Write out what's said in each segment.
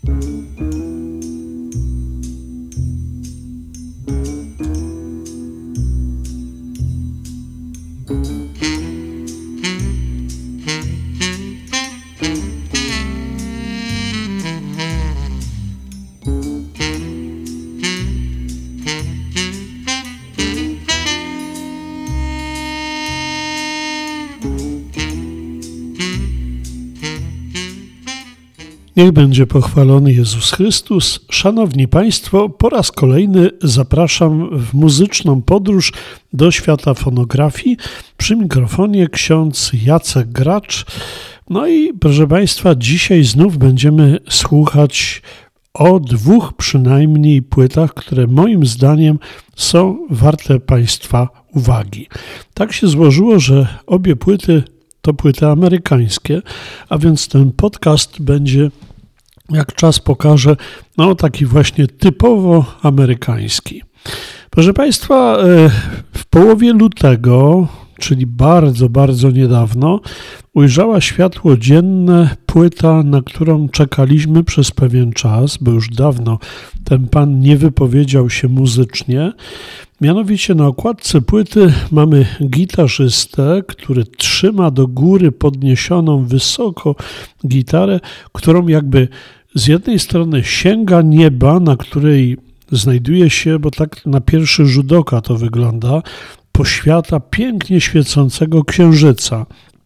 Niech będzie pochwalony Jezus Chrystus. Szanowni Państwo, po raz kolejny zapraszam w muzyczną podróż do świata fonografii. Przy mikrofonie ksiądz Jacek Gracz. No i proszę Państwa, dzisiaj znów będziemy słuchać o dwóch przynajmniej płytach, które moim zdaniem są warte Państwa uwagi. Tak się złożyło, że obie płyty to płyty amerykańskie, a więc ten podcast będzie, jak czas pokaże, taki właśnie typowo amerykański. Proszę Państwa, w połowie lutego, czyli bardzo, bardzo niedawno, ujrzała światło dzienne płyta, na którą czekaliśmy przez pewien czas, bo już dawno ten pan nie wypowiedział się muzycznie. Mianowicie na okładce płyty mamy gitarzystę, który trzyma do góry podniesioną wysoko gitarę, którą jakby z jednej strony sięga nieba, na której znajduje się, bo tak na pierwszy rzut oka to wygląda, poświata pięknie świecącego księżyca.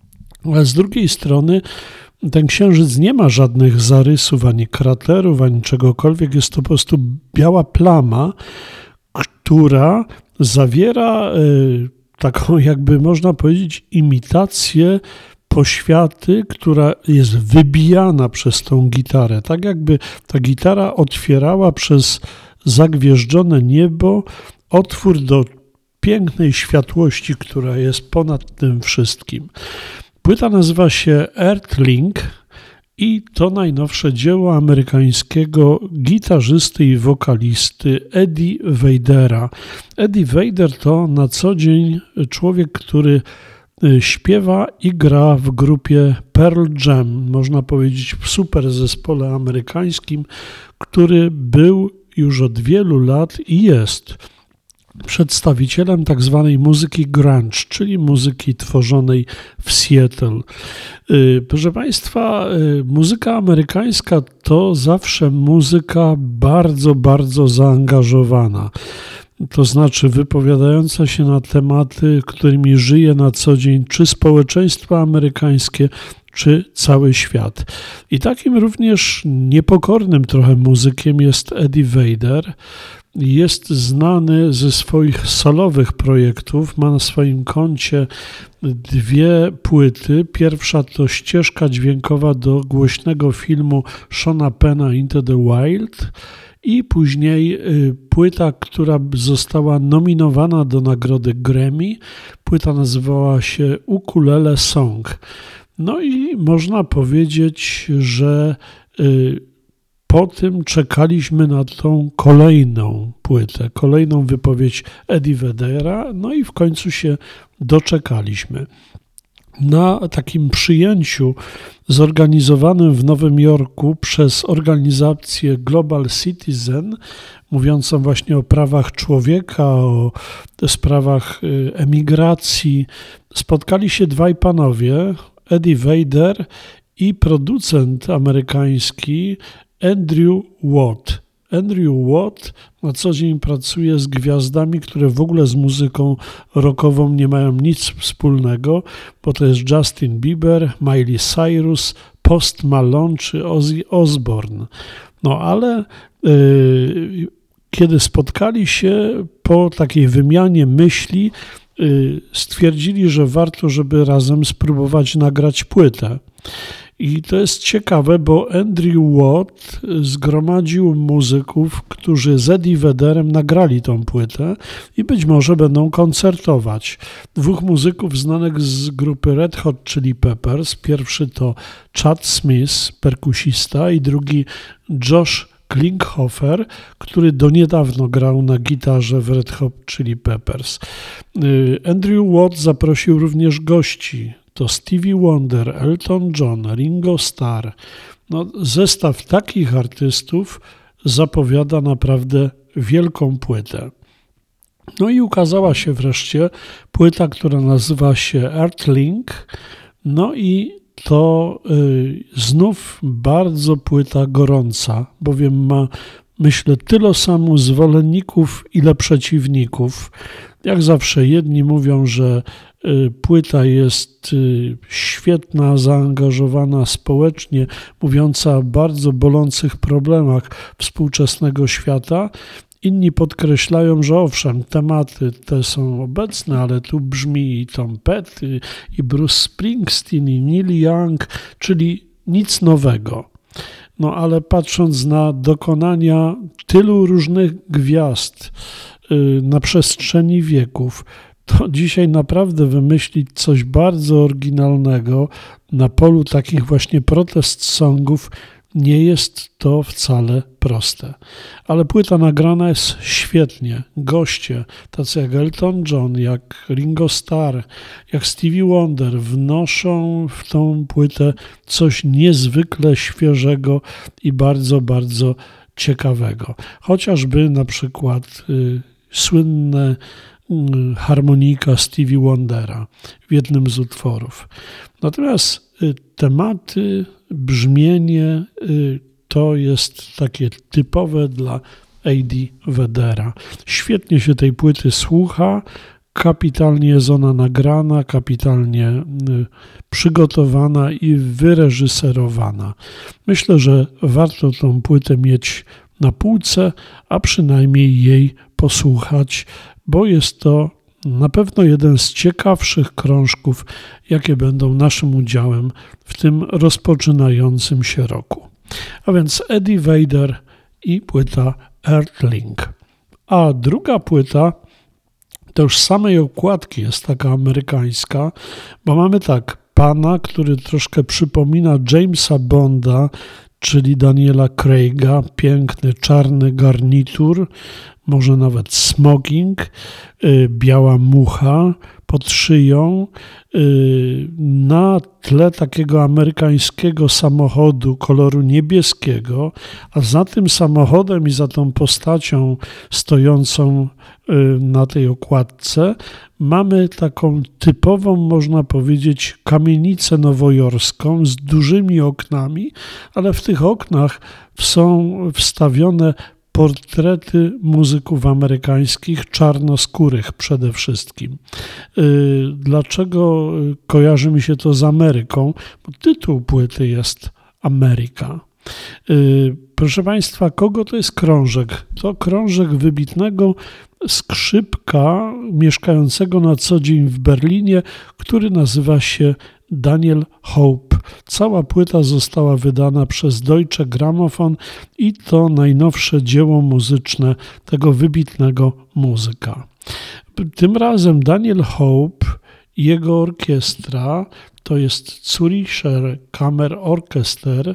A z drugiej strony ten księżyc nie ma żadnych zarysów, ani kraterów, ani czegokolwiek. Jest to po prostu biała plama, która zawiera taką, jakby można powiedzieć, imitację poświaty, która jest wybijana przez tą gitarę. Tak jakby ta gitara otwierała przez zagwieżdżone niebo otwór do pięknej światłości, która jest ponad tym wszystkim. Płyta nazywa się Earthling i to najnowsze dzieło amerykańskiego gitarzysty i wokalisty Eddie Vedera. Eddie Vedder to na co dzień człowiek, który śpiewa i gra w grupie Pearl Jam, można powiedzieć w super zespole amerykańskim, który był już od wielu lat i jest przedstawicielem tak zwanej muzyki grunge, czyli muzyki tworzonej w Seattle. Proszę Państwa, muzyka amerykańska to zawsze muzyka bardzo, bardzo zaangażowana. To znaczy wypowiadająca się na tematy, którymi żyje na co dzień czy społeczeństwo amerykańskie, czy cały świat. I takim również niepokornym trochę muzykiem jest Eddie Vedder. Jest znany ze swoich solowych projektów, ma na swoim koncie dwie płyty. Pierwsza to ścieżka dźwiękowa do głośnego filmu Seana Penna Into the Wild i później płyta, która została nominowana do nagrody Grammy. Płyta nazywała się Ukulele Song. No i można powiedzieć, że po tym czekaliśmy na tą kolejną płytę, kolejną wypowiedź Eddie Vedera, no i w końcu się doczekaliśmy. Na takim przyjęciu zorganizowanym w Nowym Jorku przez organizację Global Citizen, mówiącą właśnie o prawach człowieka, o sprawach emigracji, spotkali się dwaj panowie, Eddie Vedder i producent amerykański Andrew Watt. Andrew Watt na co dzień pracuje z gwiazdami, które w ogóle z muzyką rockową nie mają nic wspólnego, bo to jest Justin Bieber, Miley Cyrus, Post Malone czy Ozzy Osbourne. No ale kiedy spotkali się po takiej wymianie myśli, stwierdzili, że warto, żeby razem spróbować nagrać płytę. I to jest ciekawe, bo Andrew Watt zgromadził muzyków, którzy z Eddie Vedderem nagrali tą płytę i być może będą koncertować. Dwóch muzyków znanych z grupy Red Hot Chili Peppers. Pierwszy to Chad Smith, perkusista, i drugi Josh Klinghoffer, który do niedawno grał na gitarze w Red Hot Chili Peppers. Andrew Watt zaprosił również gości, to Stevie Wonder, Elton John, Ringo Starr. No, zestaw takich artystów zapowiada naprawdę wielką płytę. No i ukazała się wreszcie płyta, która nazywa się Earthlink. No i to znów bardzo płyta gorąca, bowiem ma, myślę, tyle samo zwolenników, ile przeciwników. Jak zawsze jedni mówią, że płyta jest świetna, zaangażowana społecznie, mówiąca o bardzo bolących problemach współczesnego świata. Inni podkreślają, że owszem, tematy te są obecne, ale tu brzmi i Tom Petty, i Bruce Springsteen, i Neil Young, czyli nic nowego. No ale patrząc na dokonania tylu różnych gwiazd na przestrzeni wieków, to dzisiaj naprawdę wymyślić coś bardzo oryginalnego na polu takich właśnie protest songów nie jest to wcale proste. Ale płyta nagrana jest świetnie. Goście, tacy jak Elton John, jak Ringo Starr, jak Stevie Wonder, wnoszą w tą płytę coś niezwykle świeżego i bardzo, bardzo ciekawego. Chociażby na przykład słynne harmonika Stevie Wondera w jednym z utworów. Natomiast tematy, brzmienie to jest takie typowe dla Eddie Vedera. Świetnie się tej płyty słucha, kapitalnie jest ona nagrana, kapitalnie przygotowana i wyreżyserowana. Myślę, że warto tą płytę mieć na półce, a przynajmniej jej posłuchać, bo jest to na pewno jeden z ciekawszych krążków, jakie będą naszym udziałem w tym rozpoczynającym się roku. A więc Eddie Vedder i płyta Earthlink. A druga płyta to już z samej okładki jest taka amerykańska, bo mamy tak, pana, który troszkę przypomina Jamesa Bonda, czyli Daniela Craiga, piękny czarny garnitur, może nawet smoking, biała mucha pod szyją, na tle takiego amerykańskiego samochodu koloru niebieskiego, a za tym samochodem i za tą postacią stojącą na tej okładce mamy taką typową, można powiedzieć, kamienicę nowojorską z dużymi oknami, ale w tych oknach są wstawione portrety muzyków amerykańskich, czarnoskórych przede wszystkim. Dlaczego kojarzy mi się to z Ameryką? Bo tytuł płyty jest Ameryka. Proszę Państwa, kogo to jest krążek? To krążek wybitnego skrzypka mieszkającego na co dzień w Berlinie, który nazywa się Daniel Hope. Cała płyta została wydana przez Deutsche Grammophon i to najnowsze dzieło muzyczne tego wybitnego muzyka. Tym razem Daniel Hope i jego orkiestra, to jest Zürcher Kammerorchester,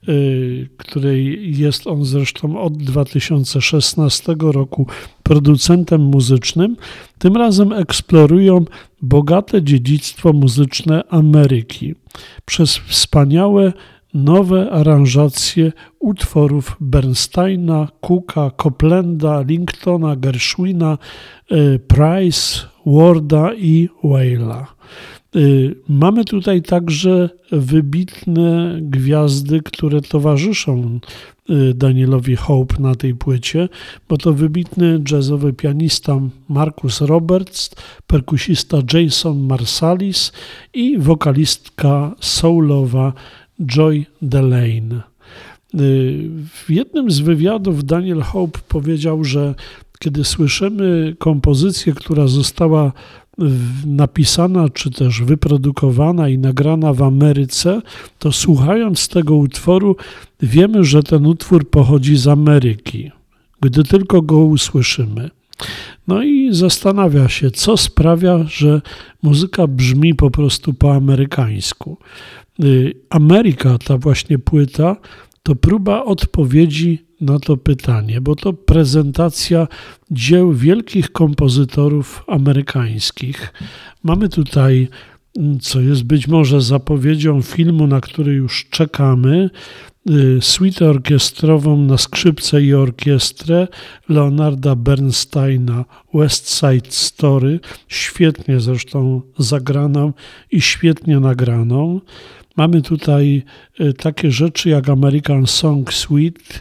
której jest on zresztą od 2016 roku producentem muzycznym, tym razem eksplorują bogate dziedzictwo muzyczne Ameryki przez wspaniałe nowe aranżacje utworów Bernsteina, Cooka, Coplanda, Lingtona, Gershwina, Price, Warda i Waila. Mamy tutaj także wybitne gwiazdy, które towarzyszą Danielowi Hope na tej płycie, bo to wybitny jazzowy pianista Marcus Roberts, perkusista Jason Marsalis i wokalistka soulowa Joy Delane. W jednym z wywiadów Daniel Hope powiedział, że kiedy słyszymy kompozycję, która została napisana, czy też wyprodukowana i nagrana w Ameryce, to słuchając tego utworu wiemy, że ten utwór pochodzi z Ameryki, gdy tylko go usłyszymy. No i zastanawia się, co sprawia, że muzyka brzmi po prostu po amerykańsku. Ameryka, ta właśnie płyta, to próba odpowiedzi na to pytanie, bo to prezentacja dzieł wielkich kompozytorów amerykańskich. Mamy tutaj co jest być może zapowiedzią filmu, na który już czekamy, suitę orkiestrową na skrzypce i orkiestrę Leonarda Bernsteina West Side Story, świetnie zresztą zagraną i świetnie nagraną. Mamy tutaj takie rzeczy jak American Song Suite,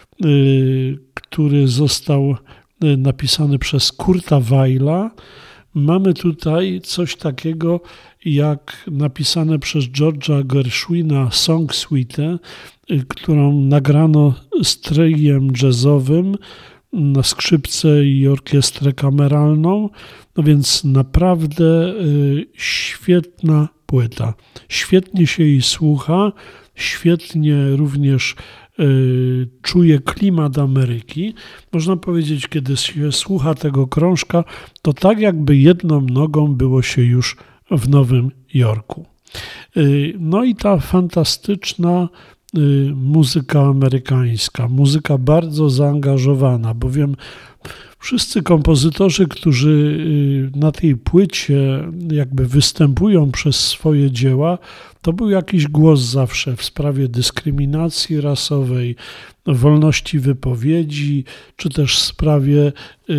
który został napisany przez Kurta Weila. Mamy tutaj coś takiego jak napisane przez George'a Gershwina Song Suite, którą nagrano z tryjem jazzowym na skrzypce i orkiestrę kameralną. No więc naprawdę świetna płyta. Świetnie się jej słucha, świetnie również czuje klimat Ameryki. Można powiedzieć, kiedy się słucha tego krążka, to tak jakby jedną nogą było się już w Nowym Jorku. No i ta fantastyczna muzyka amerykańska, muzyka bardzo zaangażowana, bowiem wszyscy kompozytorzy, którzy na tej płycie jakby występują przez swoje dzieła, to był jakiś głos zawsze w sprawie dyskryminacji rasowej, wolności wypowiedzi, czy też w sprawie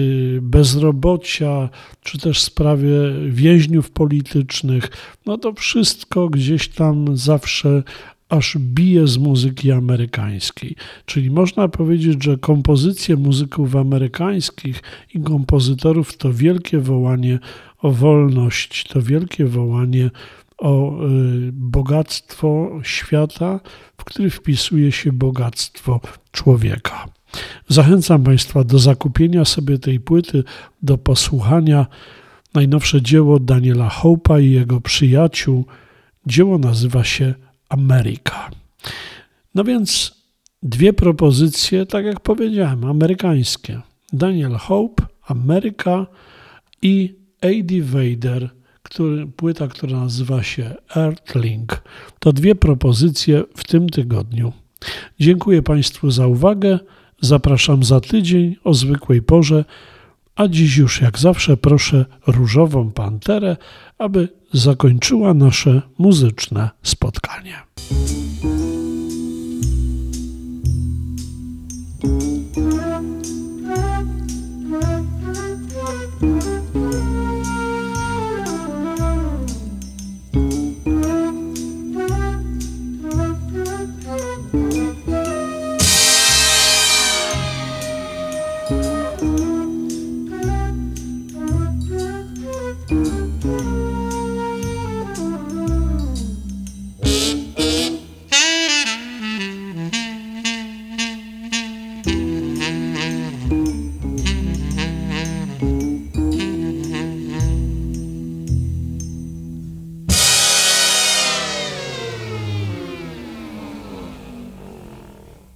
bezrobocia, czy też w sprawie więźniów politycznych. No to wszystko gdzieś tam zawsze aż bije z muzyki amerykańskiej. Czyli można powiedzieć, że kompozycje muzyków amerykańskich i kompozytorów to wielkie wołanie o wolność, to wielkie wołanie o bogactwo świata, w który wpisuje się bogactwo człowieka. Zachęcam Państwa do zakupienia sobie tej płyty, do posłuchania. Najnowsze dzieło Daniela Hope'a i jego przyjaciół. Dzieło nazywa się Ameryka. No więc dwie propozycje, tak jak powiedziałem, amerykańskie. Daniel Hope, Ameryka i Eddie Vedder, płyta, która nazywa się Earthling. To dwie propozycje w tym tygodniu. Dziękuję Państwu za uwagę. Zapraszam za tydzień o zwykłej porze, a dziś już jak zawsze proszę Różową Panterę, aby zakończyła nasze muzyczne spotkanie.